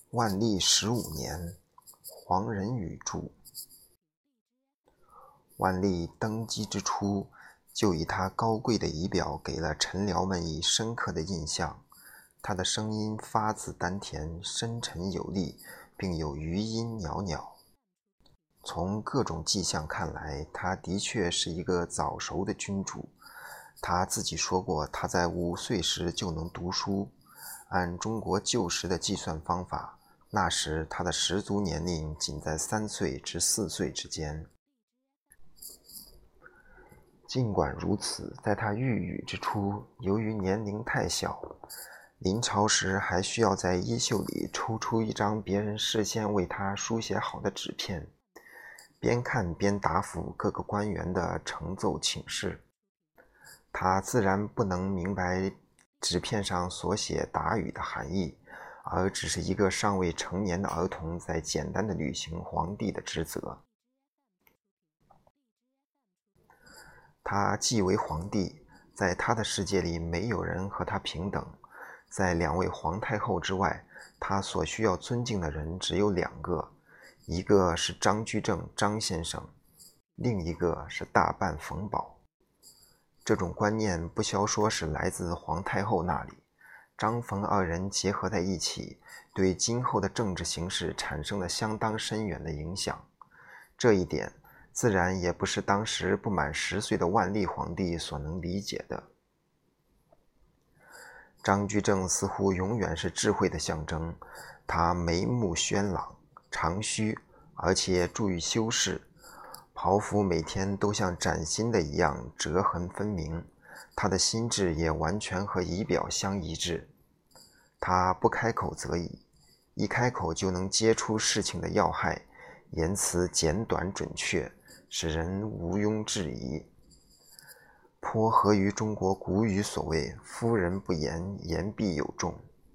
万历15年，黄仁宇著。万历登基之初，就以他高贵的仪表给了臣僚们以深刻的印象。他的声音发自丹田，深沉有力，并有余音袅袅。从各种迹象看来，他的确是一个早熟的君主。他自己说过，他在5岁时就能读书。按中国旧时的计算方法，那时他的实足年龄仅在3岁至4岁之间。尽管如此，在他御宇之初，由于年龄太小，临朝时还需要在衣袖里抽出一张别人事先为他书写好的纸片，边看边答复各个官员的呈奏请示。他自然不能明白纸片上所写答语的含义，而只是一个尚未成年的儿童在简单地履行皇帝的职责。他既为皇帝，在他的世界里没有人和他平等。在2位皇太后之外，他所需要尊敬的人只有2个，一个是张居正张先生，另一个是大办冯保。这种观念不消说是来自皇太后那里，张冯二人结合在一起，对今后的政治形势产生了相当深远的影响。这一点自然也不是当时不满10岁的万历皇帝所能理解的。张居正似乎永远是智慧的象征，他眉目轩朗，长须，而且注意修饰，袍服每天都像崭新的一样折痕分明，他的心智也完全和仪表相一致。他不开口则已，一开口就能接出事情的要害，言辞简短准确，使人毋庸置疑，颇合于中国古语所谓夫人不言，言必有重。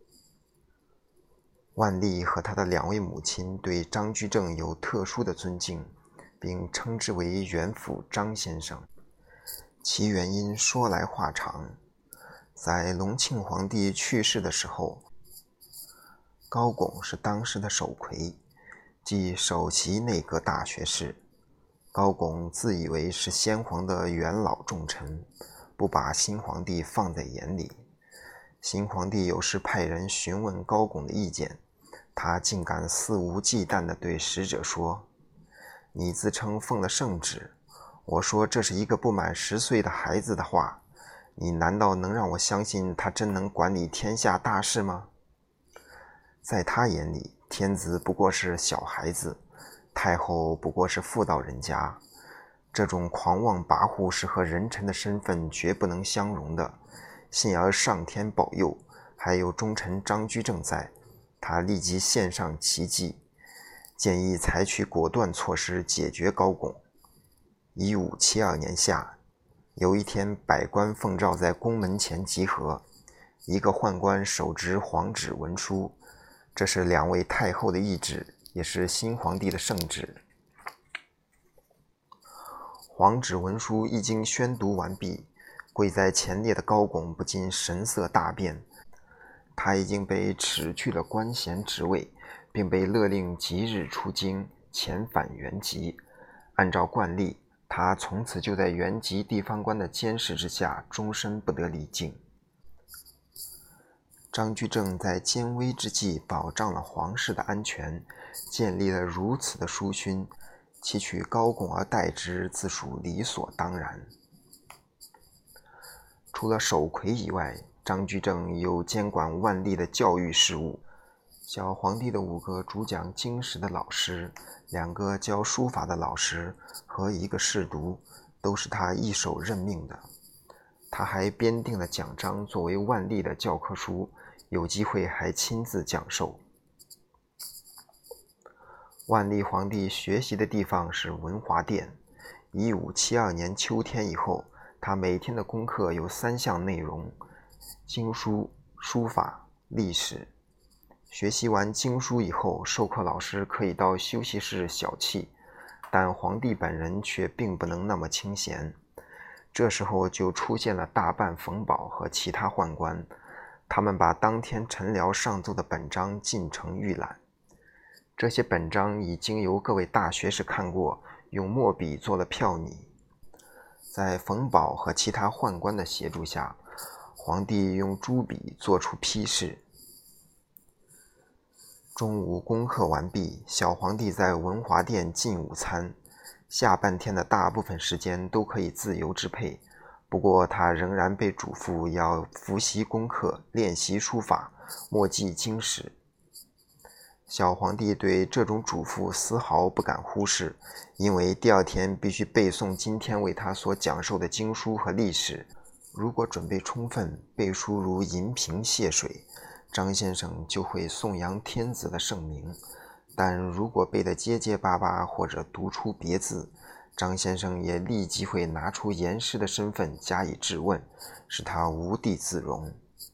万历和他的2位母亲对张居正有特殊的尊敬，并称之为元辅张先生。其原因说来话长。在隆庆皇帝去世的时候，高拱是当时的首魁，即首席内阁大学士。高拱自以为是先皇的元老重臣，不把新皇帝放在眼里。新皇帝有时派人询问高拱的意见，他竟敢肆无忌惮地对使者说：“你自称奉了圣旨，我说这是一个不满10岁的孩子的话，你难道能让我相信他真能管理天下大事吗？”在他眼里，天子不过是小孩子，太后不过是妇道人家。这种狂妄跋扈是和人臣的身份绝不能相容的。幸而上天保佑，还有忠臣张居正在，他立即献上奇计，建议采取果断措施解决高拱。1572年夏，有一天，百官奉诏在宫门前集合，一个宦官手执黄纸文书，这是2位太后的懿旨，也是新皇帝的圣旨。黄纸文书一经宣读完毕，跪在前列的高拱不禁神色大变。他已经被褫去了官衔职位，并被勒令即日出京，遣返原籍。按照惯例，他从此就在原籍地方官的监视之下，终身不得离境。张居正在艰危之际保障了皇室的安全，建立了如此的殊勋，其取高拱而代之，自属理所当然。除了首魁以外，张居正又监管万历的教育事务。小皇帝的5个主讲经史的老师，2个教书法的老师和1个侍读，都是他一手任命的。他还编订了讲章作为万历的教科书，有机会还亲自讲授。万历皇帝学习的地方是文华殿。1572年秋天以后，他每天的功课有3项内容：经书、书法、历史。学习完经书以后，授课老师可以到休息室小憩，但皇帝本人却并不能那么清闲。这时候就出现了大办冯保和其他宦官， 他们把当天陈辽上奏的本章进呈预览。这些本章已经由各位大学士看过，用墨笔做了票拟。在冯保和其他宦官的协助下，皇帝用朱笔作出批示。中午恭贺完毕，小皇帝在文华殿进午餐，下半天的大部分时间都可以自由支配，不过他仍然被嘱咐要复习功课，练习书法，默记经史。小皇帝对这种嘱咐丝毫不敢忽视，因为第二天必须背诵今天为他所讲授的经书和历史。如果准备充分，背书如银瓶泻水，张先生就会颂扬天子的圣名；但如果背得结结巴巴或者读出别字，张先生也立即会拿出严师的身份加以质问，使他无地自容。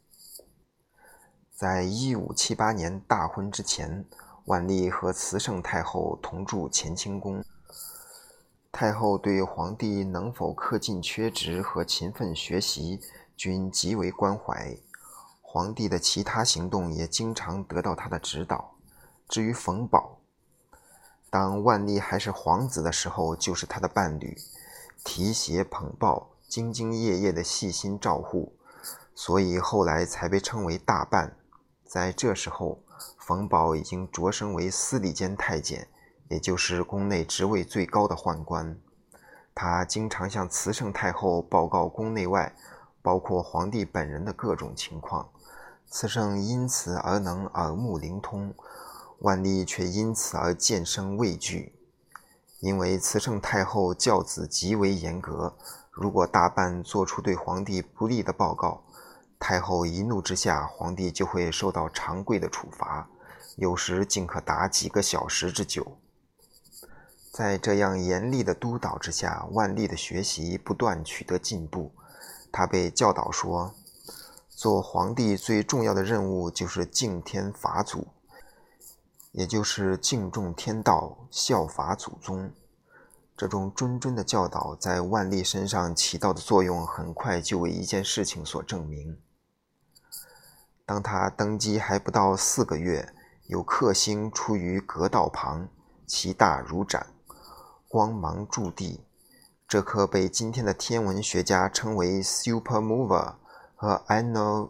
在1578年大婚之前，万历和慈圣太后同住乾清宫。太后对皇帝能否恪尽缺职和勤奋学习均极为关怀，皇帝的其他行动也经常得到他的指导。至于冯保，当万历还是皇子的时候，就是他的伴侣，提携捧抱，兢兢业业的细心照护，所以后来才被称为大伴。在这时候，冯保已经擢升为司礼监太监，也就是宫内职位最高的宦官。他经常向慈圣太后报告宫内外，包括皇帝本人的各种情况。慈圣因此而能耳目灵通，万历却因此而渐生畏惧。因为慈圣太后教子极为严格，如果大伴做出对皇帝不利的报告，太后一怒之下，皇帝就会受到常规的处罚，有时竟可达几个小时之久。在这样严厉的督导之下，万历的学习不断取得进步。他被教导说，做皇帝最重要的任务就是敬天法祖，也就是敬重天道，效法祖宗。这种谆谆的教导在万历身上起到的作用，很快就为一件事情所证明。当他登基还不到4个月，有克星出于阁道旁，其大如盏，光芒驻地。这颗被今天的天文学家称为 Supermover 和 Anno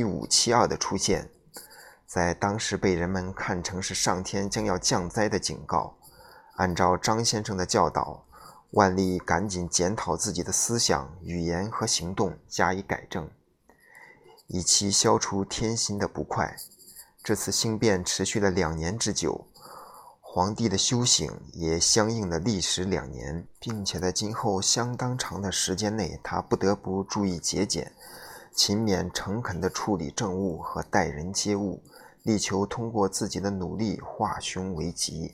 1572的出现，在当时被人们看成是上天将要降灾的警告。按照张先生的教导，万历赶紧检讨自己的思想、语言和行动，加以改正，以期消除天心的不快。这次兴变持续了2年之久，皇帝的修行也相应的历时2年，并且在今后相当长的时间内，他不得不注意节俭，勤勉诚恳地处理政务和待人接物，力求通过自己的努力化凶为吉。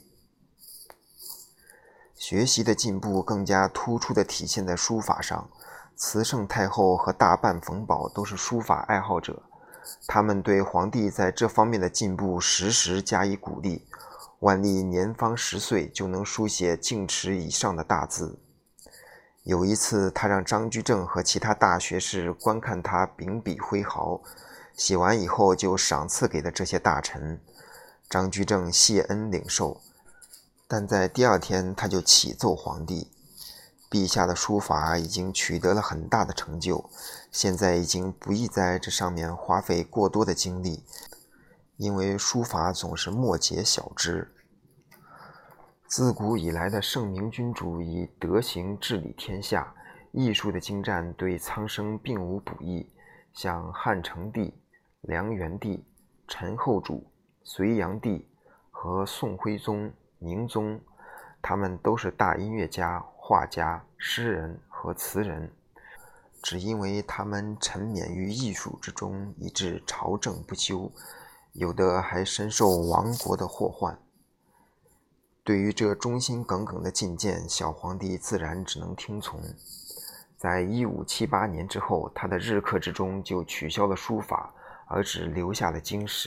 学习的进步更加突出地体现在书法上。慈圣太后和大伴冯保都是书法爱好者，他们对皇帝在这方面的进步时时加以鼓励。万历年方10岁就能书写净尺以上的大字。有一次，他让张居正和其他大学士观看他秉笔挥毫，写完以后就赏赐给了这些大臣。张居正谢恩领受，但在第2天他就启奏皇帝，陛下的书法已经取得了很大的成就，现在已经不宜在这上面花费过多的精力，因为书法总是末节小之。自古以来的圣明君主以德行治理天下，艺术的精湛对苍生并无补益。像汉成帝、梁元帝、陈后主、隋炀帝和宋徽宗、宁宗，他们都是大音乐家、画家、诗人和词人，只因为他们沉湎于艺术之中，以致朝政不修，有的还深受亡国的祸患。对于这忠心耿耿的进谏，小皇帝自然只能听从。在1578年之后，他的日课之中就取消了书法，而只留下了经史。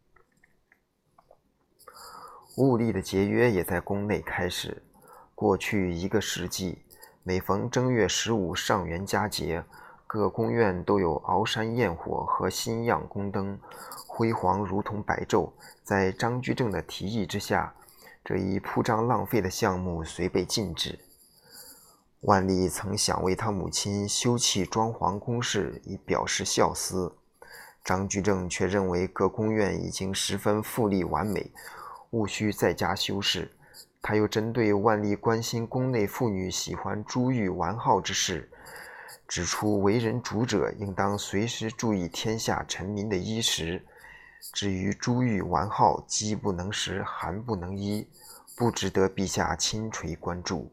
物力的节约也在宫内开始。过去1个世纪，每逢正月15上元佳节， 各宫院都有鳌山焰火和新样宫灯，辉煌如同白昼。在张居正的提议之下，这一铺张浪费的项目遂被禁止。万历曾想为他母亲修葺装潢宫室以表示孝思，张居正却认为各宫院已经十分富丽完美，务需再加修饰。他又针对万历关心宫内妇女喜欢珠玉玩好之事，指出为人主者应当随时注意天下臣民的衣食，至于珠玉玩好，饥不能食，寒不能衣，不值得陛下亲垂关注。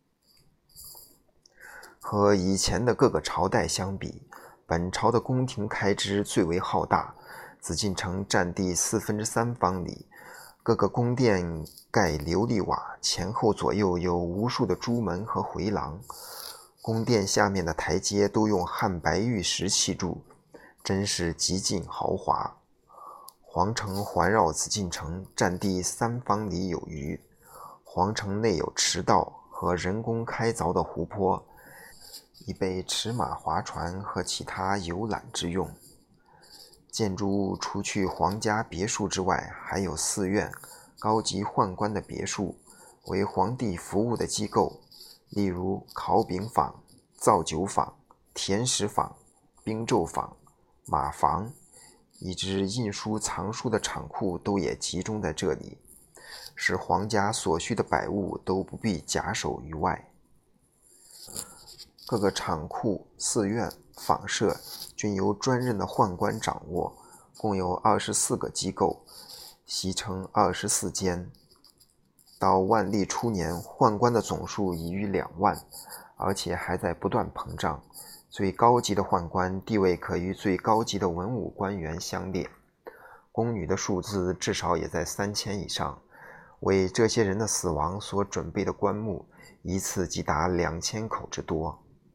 和以前的各个朝代相比，本朝的宫廷开支最为浩大。紫禁城占地3/4方里，各个宫殿盖琉璃瓦，前后左右有无数的朱门和回廊。宫殿下面的台阶都用汉白玉石砌筑，真是极尽豪华。皇城环绕紫禁城，占地3方里有余。皇城内有池道和人工开凿的湖泊，以备驰马划船和其他游览之用。建筑物除去皇家别墅之外，还有寺院、高级宦官的别墅，为皇帝服务的机构，例如烤饼坊、造酒坊、甜食坊、冰咒坊、马房，以致印书藏书的厂库都也集中在这里，使皇家所需的百物都不必假手于外。各个厂库、寺院、坊舍均由专任的宦官掌握，共有24个机构，习称24监。到万历初年，宦官的总数已逾2万，而且还在不断膨胀。最高级的宦官地位可与最高级的文武官员相列，宫女的数字至少也在3000以上。为这些人的死亡所准备的棺木，一次即达2000口之多。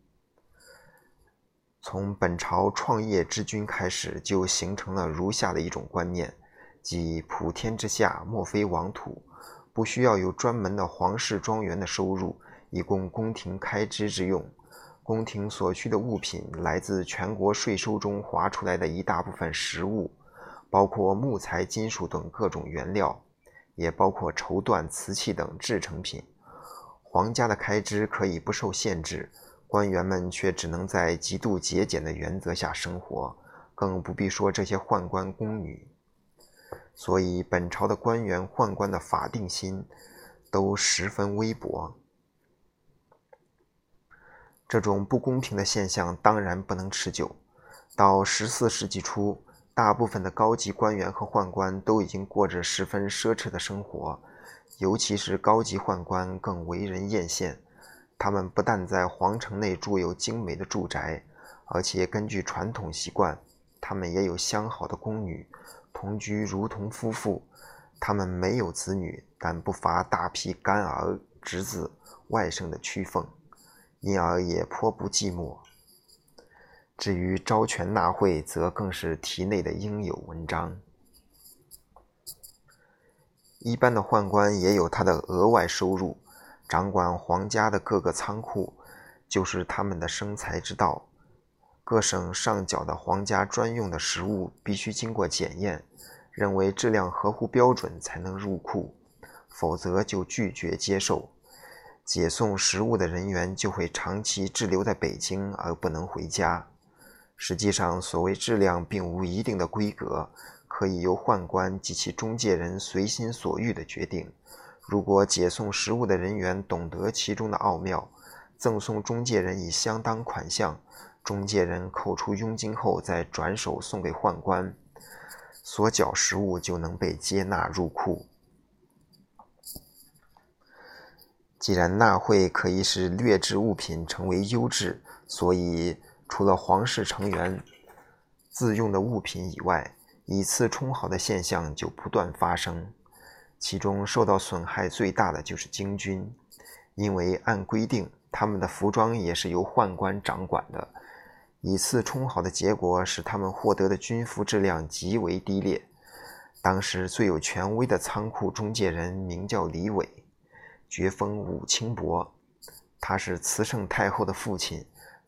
从本朝创业之君开始，就形成了如下的一种观念，即普天之下莫非王土，不需要有专门的皇室庄园的收入，以供宫廷开支之用。宫廷所需的物品来自全国税收中划出来的一大部分实物，包括木材、金属等各种原料，也包括绸缎、瓷器等制成品。皇家的开支可以不受限制，官员们却只能在极度节俭的原则下生活，更不必说这些宦官宫女。所以本朝的官员宦官的法定薪都十分微薄。这种不公平的现象当然不能持久。到14世纪初，大部分的高级官员和宦官都已经过着十分奢侈的生活，尤其是高级宦官更为人艳羡。他们不但在皇城内住有精美的住宅，而且根据传统习惯，他们也有相好的宫女，同居如同夫妇。他们没有子女，但不乏大批干儿、侄子、外甥的屈奉，因而也颇不寂寞。至于招权纳贿，则更是题内的应有文章。一般的宦官也有他的额外收入，掌管皇家的各个仓库，就是他们的生财之道。各省上缴的皇家专用的食物必须经过检验，认为质量合乎标准才能入库，否则就拒绝接受。解送食物的人员就会长期滞留在北京而不能回家。实际上，所谓质量并无一定的规格，可以由宦官及其中介人随心所欲的决定。如果解送食物的人员懂得其中的奥妙，赠送中介人以相当款项，中介人扣除佣金后再转手送给宦官，所缴食物就能被接纳入库。既然纳贿可以使劣质物品成为优质，所以除了皇室成员自用的物品以外，以次充好的现象就不断发生。其中受到损害最大的就是京军，因为按规定他们的服装也是由宦官掌管的，以次充好的结果使他们获得的军服质量极为低劣。当时最有权威的仓库中介人名叫李伟，爵封武清伯，他是慈圣太后的父亲，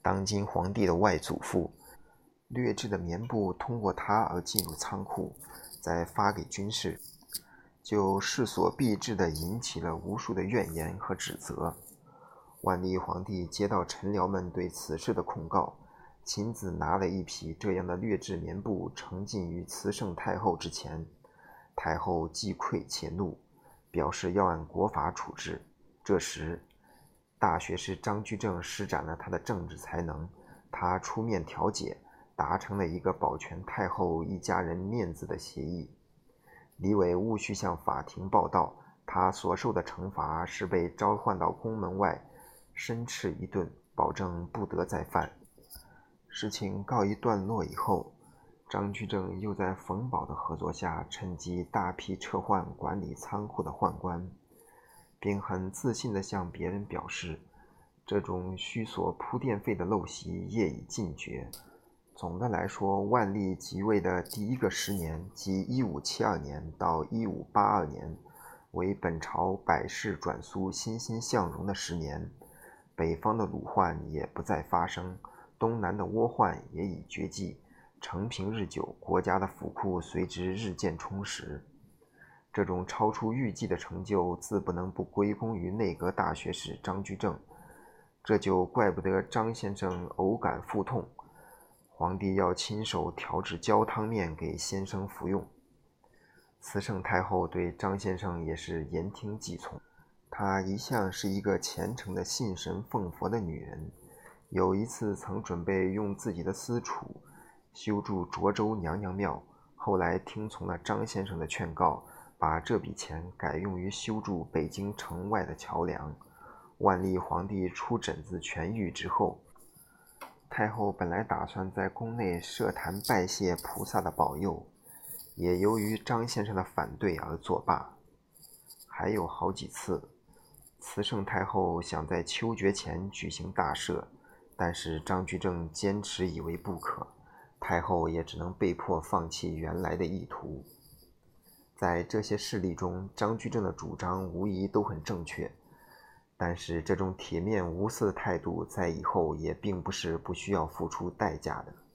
当今皇帝的外祖父。劣质的棉布通过他而进入仓库，再发给军士，就势所必至地引起了无数的怨言和指责。万历皇帝接到臣僚们对此事的控告，亲自拿了一匹这样的劣质棉布呈进于慈圣太后之前。太后既愧且怒，表示要按国法处置。这时大学士张居正施展了他的政治才能，他出面调解，达成了一个保全太后一家人面子的协议。李伟务须向法庭报到，他所受的惩罚是被召唤到宫门外，申斥一顿，保证不得再犯。事情告一段落以后，张居正又在冯保的合作下，趁机大批撤换管理仓库的宦官，并很自信地向别人表示，这种虚索铺垫费的陋习业已尽绝。总的来说，万历即位的第一个10年，即1572年到1582年，为本朝百事转苏、欣欣向荣的10年。北方的鲁患也不再发生，东南的倭患也已绝迹，承平日久，国家的府库随之日渐充实。这种超出预计的成就，自不能不归功于内阁大学士张居正。这就怪不得张先生偶感腹痛，皇帝要亲手调制焦汤面给先生服用。慈圣太后对张先生也是言听计从，她一向是一个虔诚的信神奉佛的女人，有一次曾准备用自己的私储修筑涿州娘娘庙，后来听从了张先生的劝告，把这笔钱改用于修筑北京城外的桥梁。万历皇帝出疹子痊愈之后，太后本来打算在宫内设坛拜谢菩萨的保佑，也由于张先生的反对而作罢。还有好几次，慈圣太后想在秋决前举行大赦，但是张居正坚持以为不可，太后也只能被迫放弃原来的意图。在这些事例中，张居正的主张无疑都很正确，但是这种铁面无私的态度在以后也并不是不需要付出代价的。